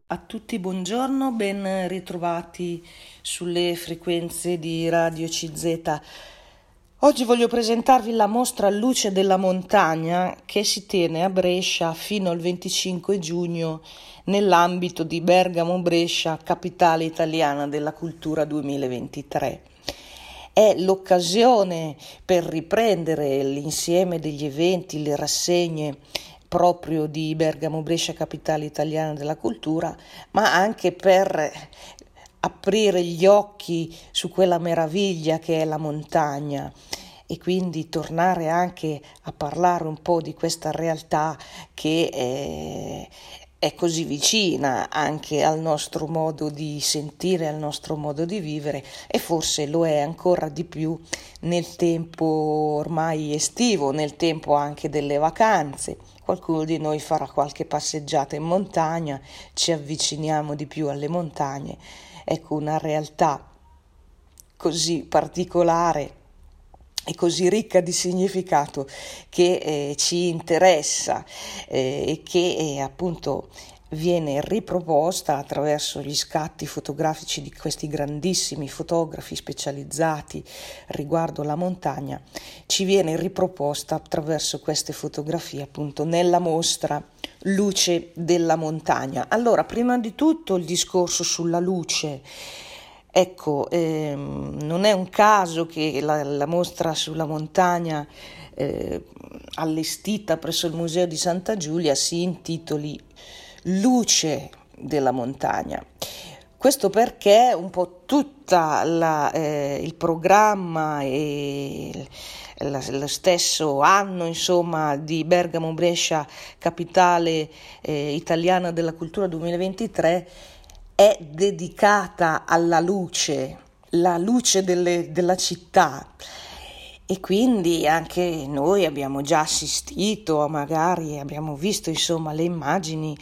A tutti buongiorno, ben ritrovati sulle frequenze di Radio CZ. Oggi voglio presentarvi la mostra Luce della Montagna che si tiene a Brescia fino al 25 giugno nell'ambito di Bergamo Brescia, capitale italiana della cultura 2023. È l'occasione per riprendere l'insieme degli eventi, le rassegne proprio di Bergamo Brescia, capitale italiana della cultura, ma anche per aprire gli occhi su quella meraviglia che è la montagna e quindi tornare anche a parlare un po' di questa realtà che è così vicina anche al nostro modo di sentire, al nostro modo di vivere, e forse lo è ancora di più nel tempo ormai estivo, nel tempo anche delle vacanze. Qualcuno di noi farà qualche passeggiata in montagna, ci avviciniamo di più alle montagne. Ecco, una realtà così particolare e così ricca di significato che ci interessa e che appunto viene riproposta attraverso gli scatti fotografici di questi grandissimi fotografi specializzati riguardo la montagna, ci viene riproposta attraverso queste fotografie appunto nella mostra Luce della Montagna. Allora, prima di tutto il discorso sulla luce. Ecco, non è un caso che la mostra sulla montagna allestita presso il Museo di Santa Giulia si intitoli Luce della Montagna. Questo perché un po' tutta il programma e lo stesso anno, insomma, di Bergamo Brescia, capitale italiana della cultura 2023, è dedicata alla luce, la luce della città. E quindi anche noi abbiamo già assistito, magari abbiamo visto insomma le immagini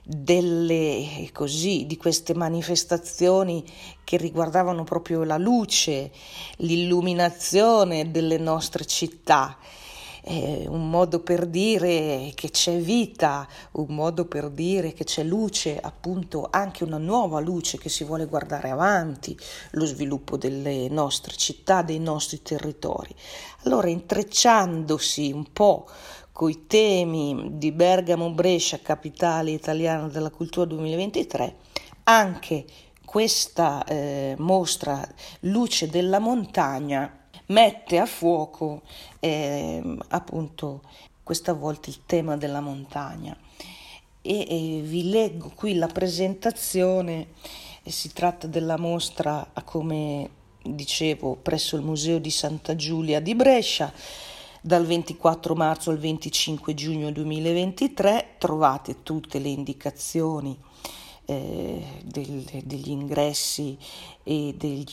di queste manifestazioni che riguardavano proprio la luce, l'illuminazione delle nostre città. Un modo per dire che c'è vita, un modo per dire che c'è luce, appunto anche una nuova luce che si vuole guardare avanti, lo sviluppo delle nostre città, dei nostri territori. Allora, intrecciandosi un po' coi temi di Bergamo Brescia, capitale italiana della cultura 2023, anche questa mostra Luce della Montagna mette a fuoco appunto questa volta il tema della montagna e vi leggo qui la presentazione. Si tratta della mostra, come dicevo, presso il Museo di Santa Giulia di Brescia dal 24 marzo al 25 giugno 2023. Trovate tutte le indicazioni degli ingressi e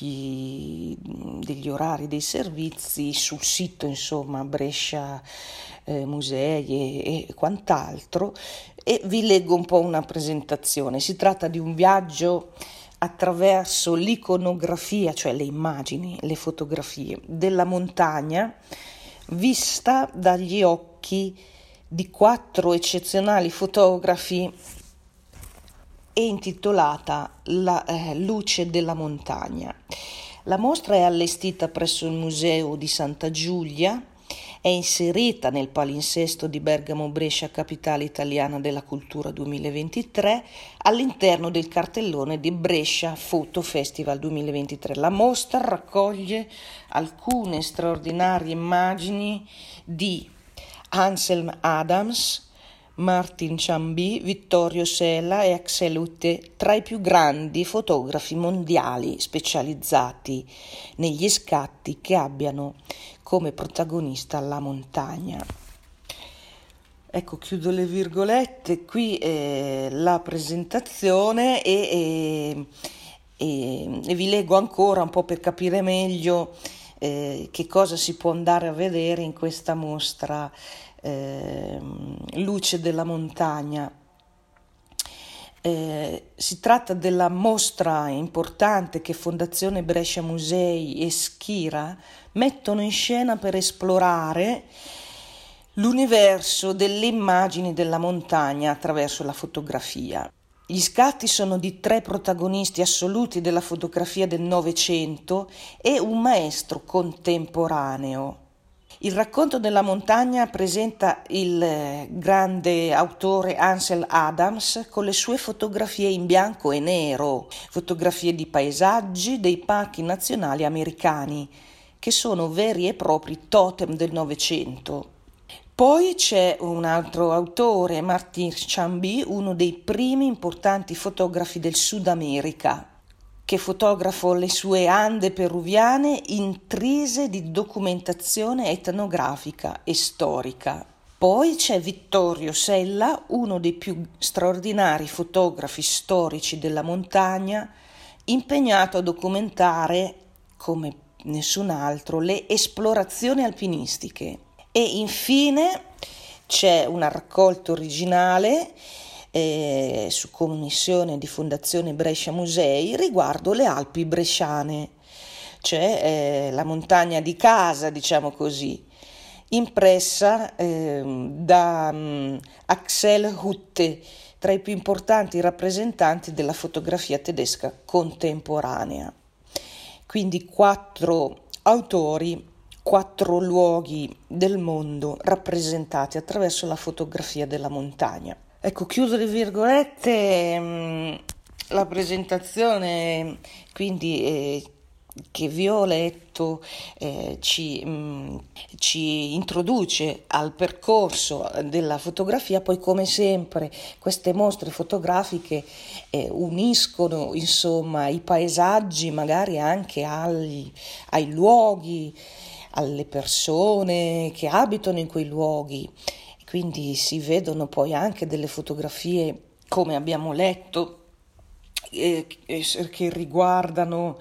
degli orari dei servizi sul sito, insomma, Brescia Musei e quant'altro, e vi leggo un po' una presentazione. Si tratta di un viaggio attraverso l'iconografia, cioè le immagini, le fotografie della montagna vista dagli occhi di 4 eccezionali fotografi, è intitolata La luce della montagna. La mostra è allestita presso il Museo di Santa Giulia, è inserita nel palinsesto di Bergamo Brescia, capitale italiana della cultura 2023, all'interno del cartellone di Brescia Photo Festival 2023. La mostra raccoglie alcune straordinarie immagini di Anselm Adams, Martin Ciambi, Vittorio Sela e Axel Hutte, tra i più grandi fotografi mondiali specializzati negli scatti che abbiano come protagonista la montagna. Ecco, chiudo le virgolette, qui la presentazione e vi leggo ancora un po' per capire meglio che cosa si può andare a vedere in questa mostra Luce della Montagna. Si tratta della mostra importante che Fondazione Brescia Musei e Schira mettono in scena per esplorare l'universo delle immagini della montagna attraverso la fotografia. Gli scatti sono di 3 protagonisti assoluti della fotografia del Novecento e un maestro contemporaneo. Il racconto della montagna presenta il grande autore Ansel Adams con le sue fotografie in bianco e nero, fotografie di paesaggi dei parchi nazionali americani, che sono veri e propri totem del Novecento. Poi c'è un altro autore, Martin Chamby, uno dei primi importanti fotografi del Sud America, che fotografò le sue Ande peruviane intrise di documentazione etnografica e storica. Poi c'è Vittorio Sella, uno dei più straordinari fotografi storici della montagna, impegnato a documentare, come nessun altro, le esplorazioni alpinistiche. E infine c'è una raccolta originale su commissione di Fondazione Brescia Musei riguardo le Alpi bresciane, cioè la montagna di casa, diciamo così, impressa da Axel Hutte, tra i più importanti rappresentanti della fotografia tedesca contemporanea. Quindi 4 autori, 4 luoghi del mondo rappresentati attraverso la fotografia della montagna. Ecco, chiuso le virgolette, la presentazione quindi che vi ho letto ci introduce al percorso della fotografia. Poi, come sempre, queste mostre fotografiche uniscono insomma i paesaggi magari anche ai luoghi, alle persone che abitano in quei luoghi, quindi si vedono poi anche delle fotografie, come abbiamo letto, che riguardano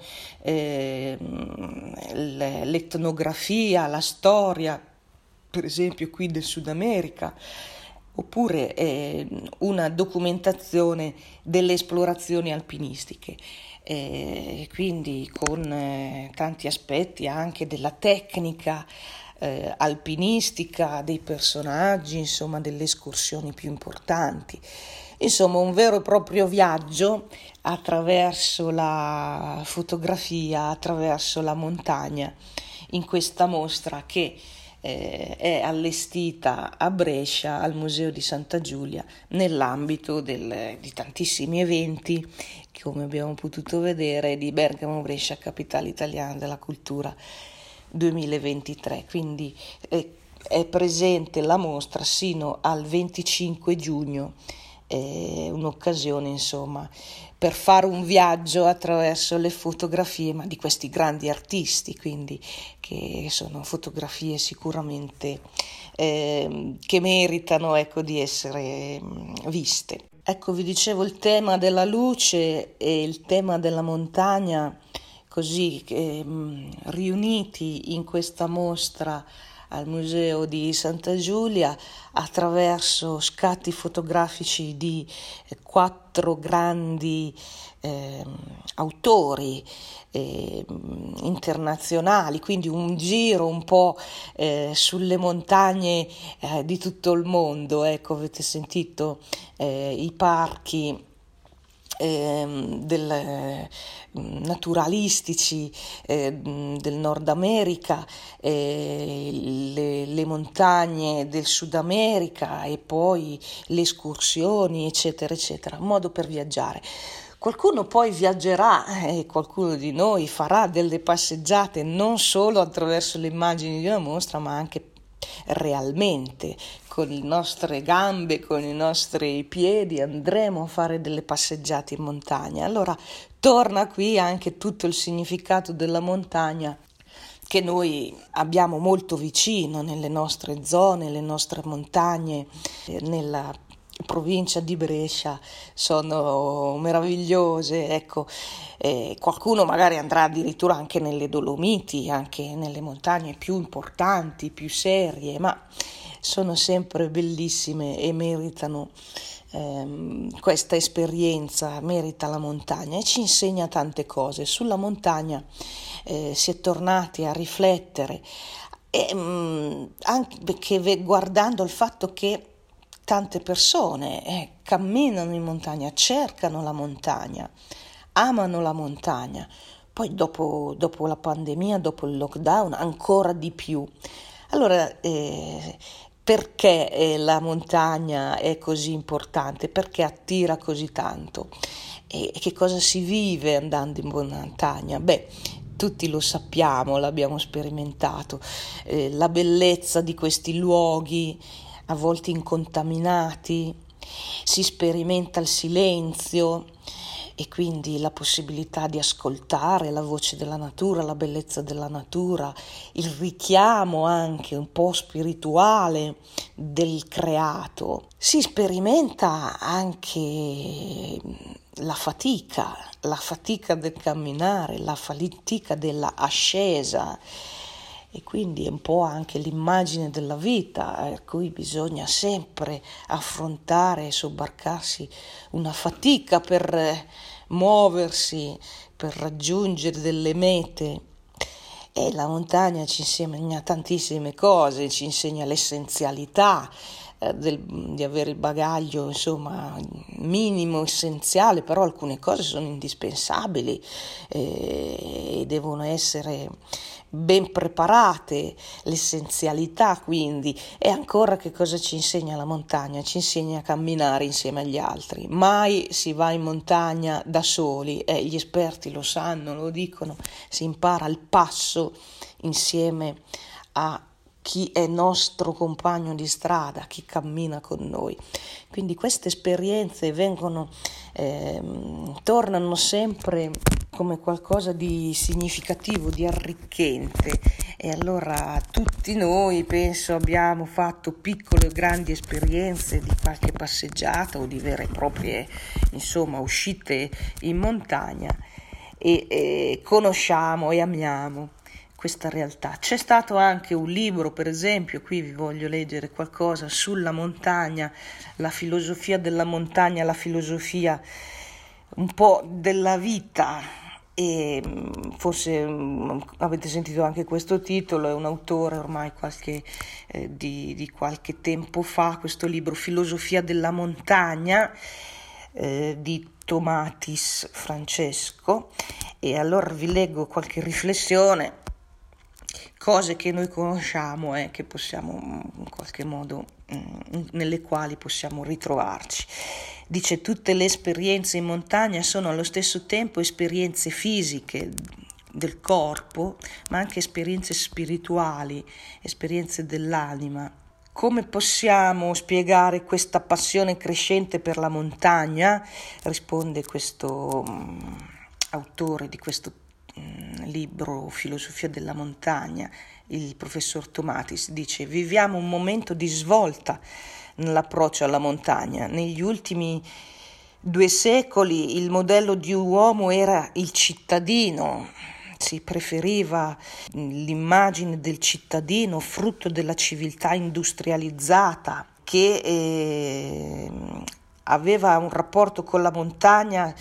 l'etnografia, la storia, per esempio qui del Sud America, oppure una documentazione delle esplorazioni alpinistiche. Quindi con tanti aspetti anche della tecnica alpinistica, dei personaggi, insomma delle escursioni più importanti. Insomma, un vero e proprio viaggio attraverso la fotografia, attraverso la montagna, in questa mostra che è allestita a Brescia, al Museo di Santa Giulia, nell'ambito di tantissimi eventi, come abbiamo potuto vedere, di Bergamo Brescia, capitale italiana della cultura 2023. Quindi è presente la mostra sino al 25 giugno, un'occasione insomma per fare un viaggio attraverso le fotografie, ma di questi grandi artisti, quindi che sono fotografie sicuramente che meritano, ecco, di essere viste. Ecco, vi dicevo, il tema della luce e il tema della montagna, così riuniti in questa mostra al Museo di Santa Giulia attraverso scatti fotografici di 4 grandi autori internazionali, quindi un giro un po' sulle montagne di tutto il mondo. Ecco, avete sentito i parchi naturalistici del Nord America, le montagne del Sud America e poi le escursioni, eccetera, eccetera, un modo per viaggiare. Qualcuno poi viaggerà e qualcuno di noi farà delle passeggiate non solo attraverso le immagini di una mostra, ma anche realmente con le nostre gambe, con i nostri piedi andremo a fare delle passeggiate in montagna. Allora torna qui anche tutto il significato della montagna che noi abbiamo molto vicino nelle nostre zone, le nostre montagne, nella provincia di Brescia sono meravigliose, ecco. Qualcuno magari andrà addirittura anche nelle Dolomiti, anche nelle montagne più importanti, più serie, ma sono sempre bellissime e meritano questa esperienza, merita la montagna e ci insegna tante cose. Sulla montagna si è tornati a riflettere, anche perché guardando il fatto che tante persone camminano in montagna, cercano la montagna, amano la montagna. Poi dopo la pandemia, dopo il lockdown, ancora di più. Allora, perché la montagna è così importante? Perché attira così tanto? E che cosa si vive andando in montagna? Beh, tutti lo sappiamo, l'abbiamo sperimentato, la bellezza di questi luoghi, a volte incontaminati, si sperimenta il silenzio e quindi la possibilità di ascoltare la voce della natura, la bellezza della natura, il richiamo anche un po' spirituale del creato. Si sperimenta anche la fatica del camminare, la fatica della ascesa, e quindi è un po' anche l'immagine della vita, per cui bisogna sempre affrontare e sobbarcarsi una fatica per muoversi, per raggiungere delle mete. E la montagna ci insegna tantissime cose, ci insegna l'essenzialità di avere il bagaglio, insomma, minimo, essenziale, però alcune cose sono indispensabili e devono essere ben preparate, l'essenzialità quindi. E ancora che cosa ci insegna la montagna? Ci insegna a camminare insieme agli altri. Mai si va in montagna da soli, gli esperti lo sanno, lo dicono, si impara il passo insieme a chi è nostro compagno di strada, chi cammina con noi. Quindi queste esperienze tornano sempre come qualcosa di significativo, di arricchente, e allora tutti noi penso abbiamo fatto piccole o grandi esperienze di qualche passeggiata o di vere e proprie, insomma, uscite in montagna e conosciamo e amiamo questa realtà. C'è stato anche un libro, per esempio, qui vi voglio leggere qualcosa sulla montagna, la filosofia della montagna, la filosofia un po' della vita, e forse avete sentito anche questo titolo, è un autore ormai di qualche tempo fa, questo libro Filosofia della montagna di Tomatis Francesco. E allora vi leggo qualche riflessione, cose che noi conosciamo e che possiamo in qualche modo, nelle quali possiamo ritrovarci. Dice: tutte le esperienze in montagna sono allo stesso tempo esperienze fisiche del corpo, ma anche esperienze spirituali, esperienze dell'anima. Come possiamo spiegare questa passione crescente per la montagna? Risponde questo autore di questo libro Filosofia della montagna, il professor Tomatis. Dice: viviamo un momento di svolta nell'approccio alla montagna. Negli ultimi 2 secoli il modello di uomo era il cittadino, si preferiva l'immagine del cittadino frutto della civiltà industrializzata che aveva un rapporto con la montagna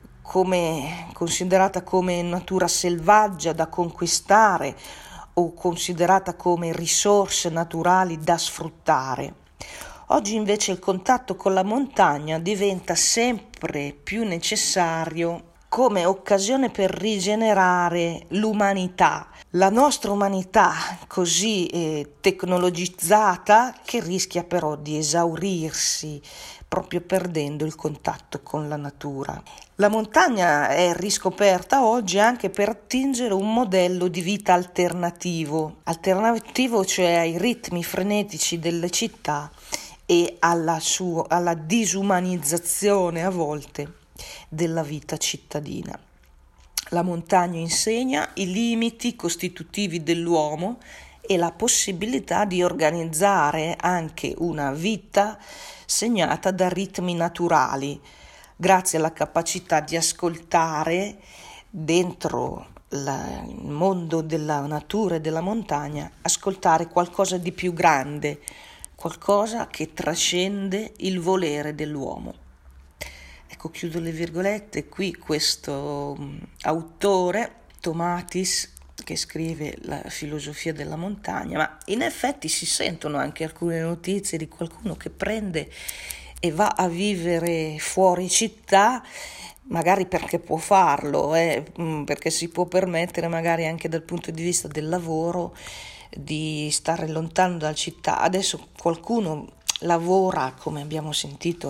considerata come natura selvaggia da conquistare o considerata come risorse naturali da sfruttare. Oggi invece il contatto con la montagna diventa sempre più necessario come occasione per rigenerare l'umanità, la nostra umanità così tecnologizzata, che rischia però di esaurirsi proprio perdendo il contatto con la natura. La montagna è riscoperta oggi anche per attingere un modello di vita alternativo, cioè ai ritmi frenetici delle città e alla disumanizzazione a volte della vita cittadina. La montagna insegna i limiti costitutivi dell'uomo e la possibilità di organizzare anche una vita segnata da ritmi naturali, grazie alla capacità di ascoltare dentro il mondo della natura e della montagna, ascoltare qualcosa di più grande, qualcosa che trascende il volere dell'uomo. Ecco, chiudo le virgolette, qui questo autore, Tomatis, che scrive la filosofia della montagna, ma in effetti si sentono anche alcune notizie di qualcuno che prende e va a vivere fuori città, magari perché può farlo, perché si può permettere magari anche dal punto di vista del lavoro di stare lontano dalla città. Adesso qualcuno lavora, come abbiamo sentito,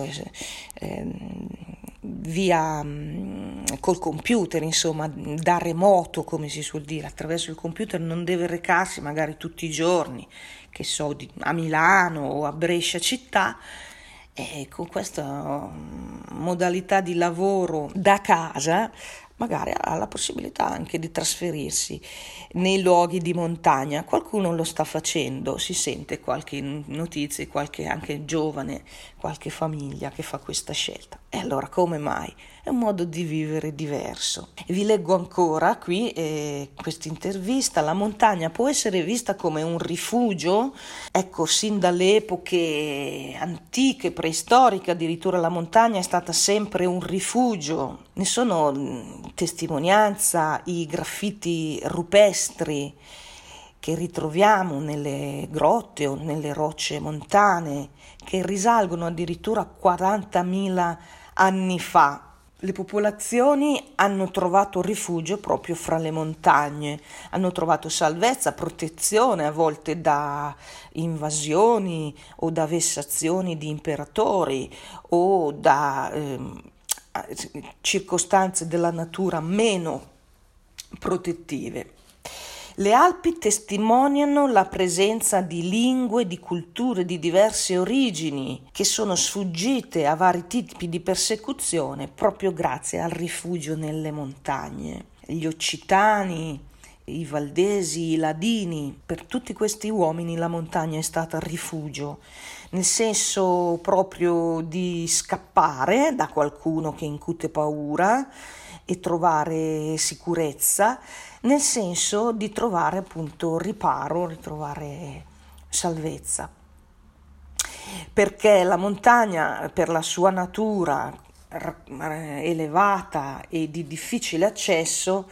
via col computer, insomma, da remoto, come si suol dire, attraverso il computer, non deve recarsi magari tutti i giorni, che so, a Milano o a Brescia città, e con questa modalità di lavoro da casa magari ha la possibilità anche di trasferirsi nei luoghi di montagna. Qualcuno lo sta facendo, si sente qualche notizia, qualche anche giovane, qualche famiglia che fa questa scelta. E allora come mai? È un modo di vivere diverso. E vi leggo ancora qui questa intervista. La montagna può essere vista come un rifugio? Ecco, sin dalle epoche antiche, preistoriche, addirittura la montagna è stata sempre un rifugio. Ne sono testimonianza i graffiti rupestri che ritroviamo nelle grotte o nelle rocce montane, che risalgono addirittura a 40.000 anni fa. Le popolazioni hanno trovato rifugio proprio fra le montagne, hanno trovato salvezza, protezione a volte da invasioni o da vessazioni di imperatori o da circostanze della natura meno protettive. Le Alpi testimoniano la presenza di lingue, di culture di diverse origini che sono sfuggite a vari tipi di persecuzione proprio grazie al rifugio nelle montagne. Gli occitani, i valdesi, i ladini, per tutti questi uomini la montagna è stata rifugio, nel senso proprio di scappare da qualcuno che incute paura e trovare sicurezza, nel senso di trovare appunto riparo, ritrovare salvezza. Perché la montagna, per la sua natura elevata e di difficile accesso,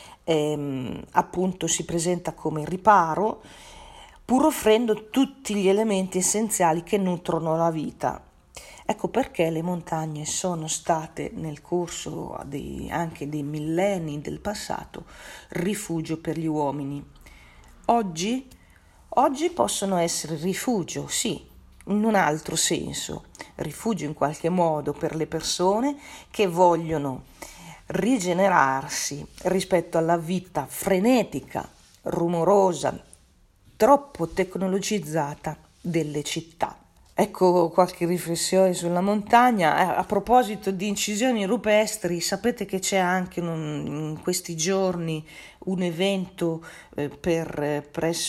appunto si presenta come riparo, pur offrendo tutti gli elementi essenziali che nutrono la vita. Ecco perché le montagne sono state nel corso anche dei millenni del passato rifugio per gli uomini. Oggi possono essere rifugio, sì, in un altro senso, rifugio in qualche modo per le persone che vogliono rigenerarsi rispetto alla vita frenetica, rumorosa, troppo tecnologizzata delle città. Ecco qualche riflessione sulla montagna. A proposito di incisioni rupestri, sapete che c'è anche in questi giorni un evento per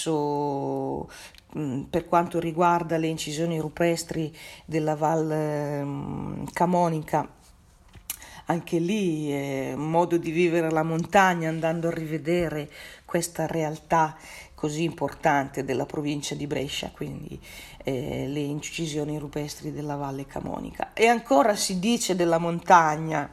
quanto riguarda le incisioni rupestri della Val Camonica. Anche lì un modo di vivere la montagna, andando a rivedere questa realtà così importante della provincia di Brescia, quindi le incisioni rupestri della Valle Camonica. E ancora si dice della montagna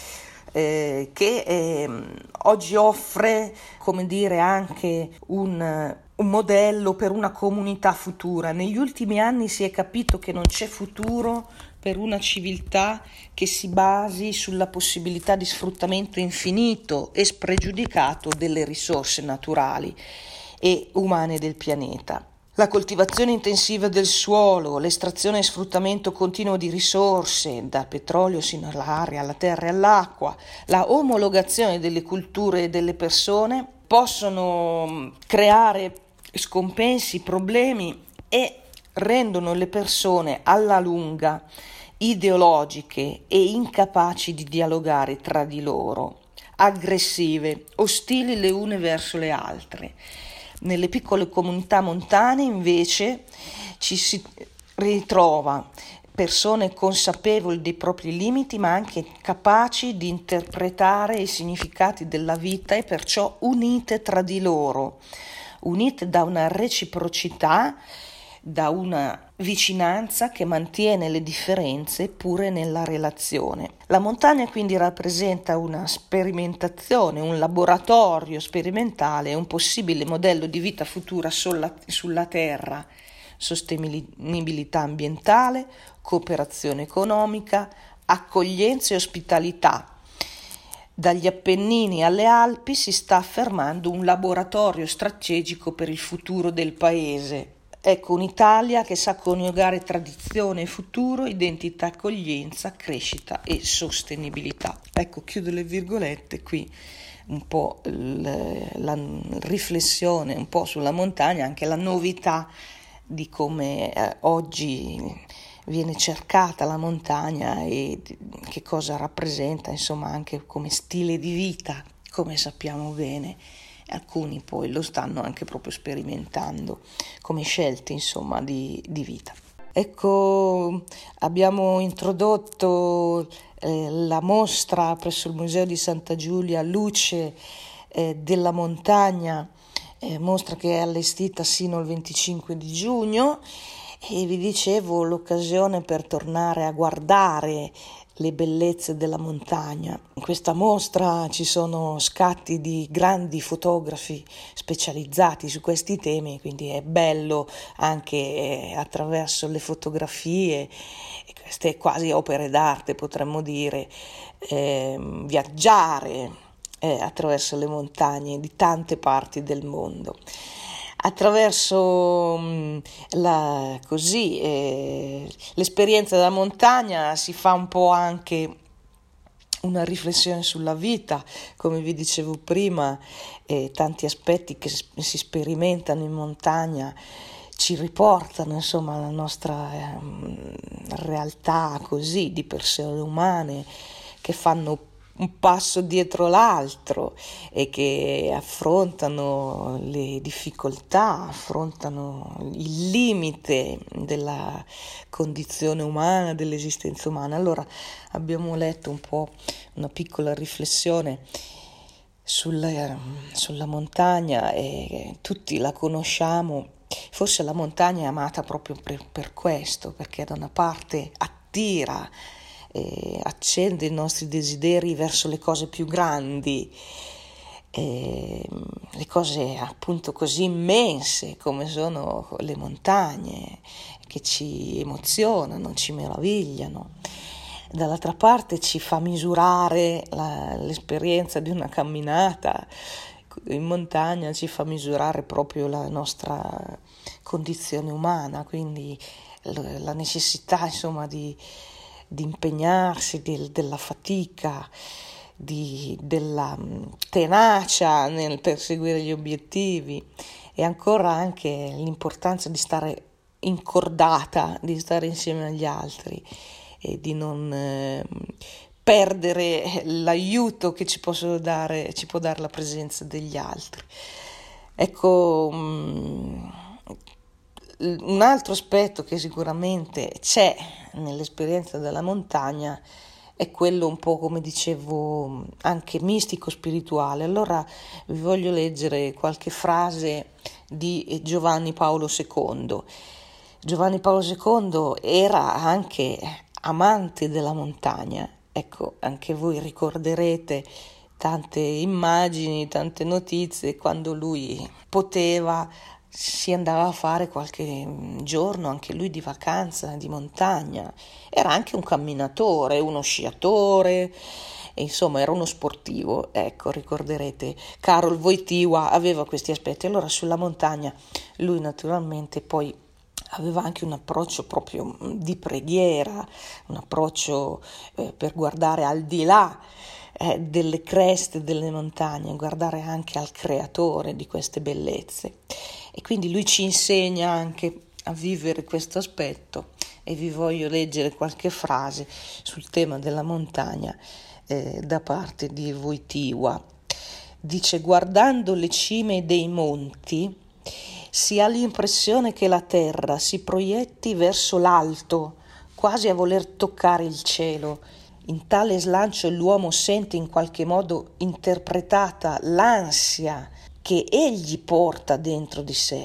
che oggi offre, come dire, anche un modello per una comunità futura. Negli ultimi anni si è capito che non c'è futuro per una civiltà che si basi sulla possibilità di sfruttamento infinito e spregiudicato delle risorse naturali e umane del pianeta. La coltivazione intensiva del suolo, l'estrazione e sfruttamento continuo di risorse, dal petrolio sino all'aria, alla terra e all'acqua, la omologazione delle culture e delle persone possono creare scompensi, problemi e rendono le persone alla lunga ideologiche e incapaci di dialogare tra di loro, aggressive, ostili le une verso le altre. Nelle piccole comunità montane invece ci si ritrova persone consapevoli dei propri limiti, ma anche capaci di interpretare i significati della vita e perciò unite tra di loro, unite da una reciprocità da una vicinanza che mantiene le differenze pure nella relazione. La montagna quindi rappresenta una sperimentazione, un laboratorio sperimentale, un possibile modello di vita futura sulla Terra, sostenibilità ambientale, cooperazione economica, accoglienza e ospitalità. Dagli Appennini alle Alpi si sta affermando un laboratorio strategico per il futuro del paese. Ecco un'Italia che sa coniugare tradizione e futuro, identità, accoglienza, crescita e sostenibilità. Ecco, chiudo le virgolette qui, un po' la riflessione un po' sulla montagna, anche la novità di come oggi viene cercata la montagna e che cosa rappresenta, insomma, anche come stile di vita, come sappiamo bene. Alcuni poi lo stanno anche proprio sperimentando come scelte, insomma, di vita. Ecco, abbiamo introdotto la mostra presso il Museo di Santa Giulia Luce della montagna, mostra che è allestita sino al 25 di giugno. E vi dicevo, l'occasione per tornare a guardare le bellezze della montagna. In questa mostra ci sono scatti di grandi fotografi specializzati su questi temi, quindi è bello anche attraverso le fotografie, queste quasi opere d'arte potremmo dire, viaggiare attraverso le montagne di tante parti del mondo. Attraverso l'esperienza della montagna si fa un po' anche una riflessione sulla vita, come vi dicevo prima, tanti aspetti che si sperimentano in montagna ci riportano, insomma, alla nostra realtà così di persone umane che fanno un passo dietro l'altro e che affrontano le difficoltà, affrontano il limite della condizione umana, dell'esistenza umana. Allora abbiamo letto un po' una piccola riflessione sulla montagna e tutti la conosciamo. Forse la montagna è amata proprio per questo, perché da una parte attira, accende i nostri desideri verso le cose più grandi, le cose appunto così immense come sono le montagne, che ci emozionano, ci meravigliano. Dall'altra parte ci fa misurare l'esperienza di una camminata in montagna, ci fa misurare proprio la nostra condizione umana, quindi la necessità, insomma, di impegnarsi, della fatica, della tenacia nel perseguire gli obiettivi, e ancora anche l'importanza di stare incordata, di stare insieme agli altri e di non perdere l'aiuto che ci può dare la presenza degli altri. Ecco, un altro aspetto che sicuramente c'è nell'esperienza della montagna è quello un po', come dicevo, anche mistico-spirituale. Allora vi voglio leggere qualche frase di Giovanni Paolo II. Giovanni Paolo II era anche amante della montagna. Ecco, anche voi ricorderete tante immagini, tante notizie, quando lui poteva si andava a fare qualche giorno anche lui di vacanza, di montagna. Era anche un camminatore, uno sciatore, e insomma era uno sportivo. Ecco, ricorderete, Karol Wojtyła aveva questi aspetti. Allora sulla montagna lui naturalmente poi aveva anche un approccio proprio di preghiera, un approccio per guardare al di là delle creste delle montagne, guardare anche al creatore di queste bellezze. E quindi lui ci insegna anche a vivere questo aspetto, e vi voglio leggere qualche frase sul tema della montagna da parte di Wojtyła. Dice: guardando le cime dei monti si ha l'impressione che la terra si proietti verso l'alto, quasi a voler toccare il cielo. In tale slancio l'uomo sente in qualche modo interpretata l'ansia che egli porta dentro di sé.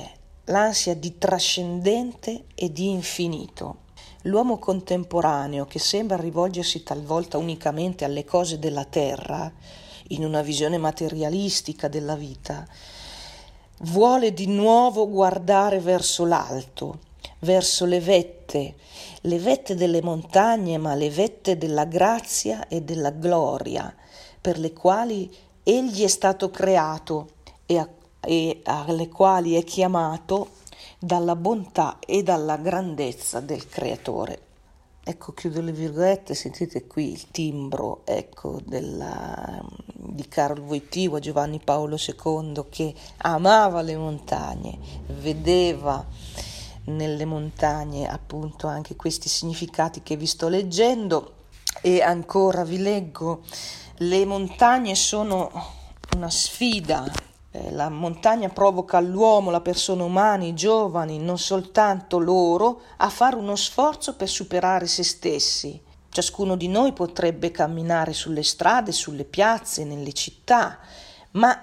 l'ansia di trascendente e di infinito. L'uomo contemporaneo, che sembra rivolgersi talvolta unicamente alle cose della terra, in una visione materialistica della vita, vuole di nuovo guardare verso l'alto, verso le vette delle montagne, ma le vette della grazia e della gloria, per le quali egli è stato creato e alle quali è chiamato dalla bontà e dalla grandezza del Creatore. Ecco, chiudo le virgolette, sentite qui il timbro, ecco, di Carlo Wojtyła, Giovanni Paolo II, che amava le montagne, vedeva nelle montagne appunto anche questi significati che vi sto leggendo. E ancora vi leggo: le montagne sono una sfida. La montagna provoca l'uomo, la persona umana, i giovani, non soltanto loro, a fare uno sforzo per superare se stessi. Ciascuno di noi potrebbe camminare sulle strade, sulle piazze, nelle città, ma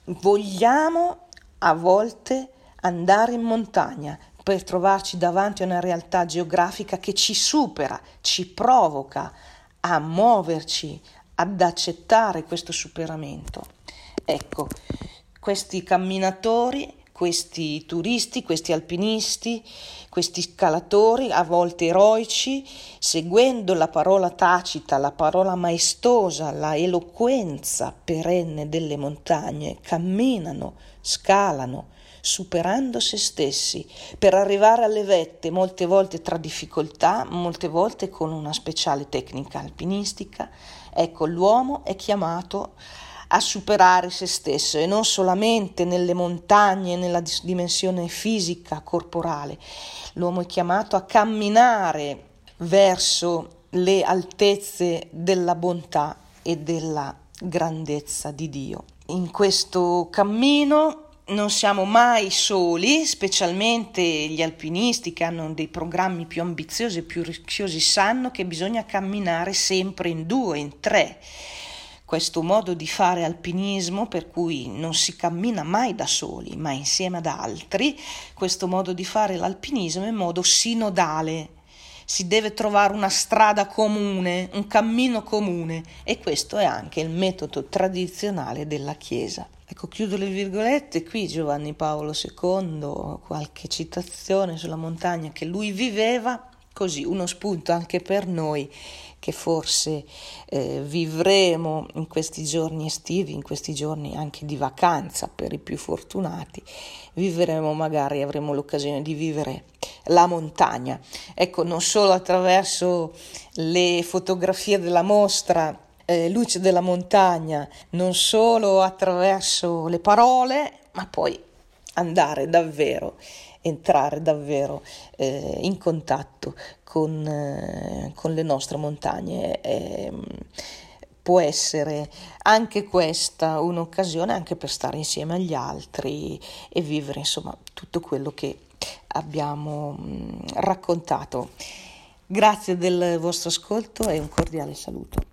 vogliamo a volte andare in montagna per trovarci davanti a una realtà geografica che ci supera, ci provoca a muoverci, ad accettare questo superamento. Ecco, questi camminatori, questi turisti, questi alpinisti, questi scalatori, a volte eroici, seguendo la parola tacita, la parola maestosa, la eloquenza perenne delle montagne, camminano, scalano, superando se stessi, per arrivare alle vette, molte volte tra difficoltà, molte volte con una speciale tecnica alpinistica. Ecco, l'uomo è chiamato a superare se stesso, e non solamente nelle montagne, nella dimensione fisica, corporale. L'uomo è chiamato a camminare verso le altezze della bontà e della grandezza di Dio. In questo cammino non siamo mai soli, specialmente gli alpinisti che hanno dei programmi più ambiziosi e più rischiosi sanno che bisogna camminare sempre in 2, in 3. Questo modo di fare alpinismo, per cui non si cammina mai da soli, ma insieme ad altri, questo modo di fare l'alpinismo è in modo sinodale. Si deve trovare una strada comune, un cammino comune, e questo è anche il metodo tradizionale della Chiesa. Ecco, chiudo le virgolette, qui Giovanni Paolo II, qualche citazione sulla montagna che lui viveva, così uno spunto anche per noi che forse vivremo in questi giorni estivi, in questi giorni anche di vacanza per i più fortunati, vivremo, magari avremo l'occasione di vivere la montagna. Ecco, non solo attraverso le fotografie della mostra Luce della montagna, non solo attraverso le parole, ma poi entrare davvero in contatto con le nostre montagne. Può essere anche questa un'occasione anche per stare insieme agli altri e vivere, insomma, tutto quello che abbiamo raccontato. Grazie del vostro ascolto e un cordiale saluto.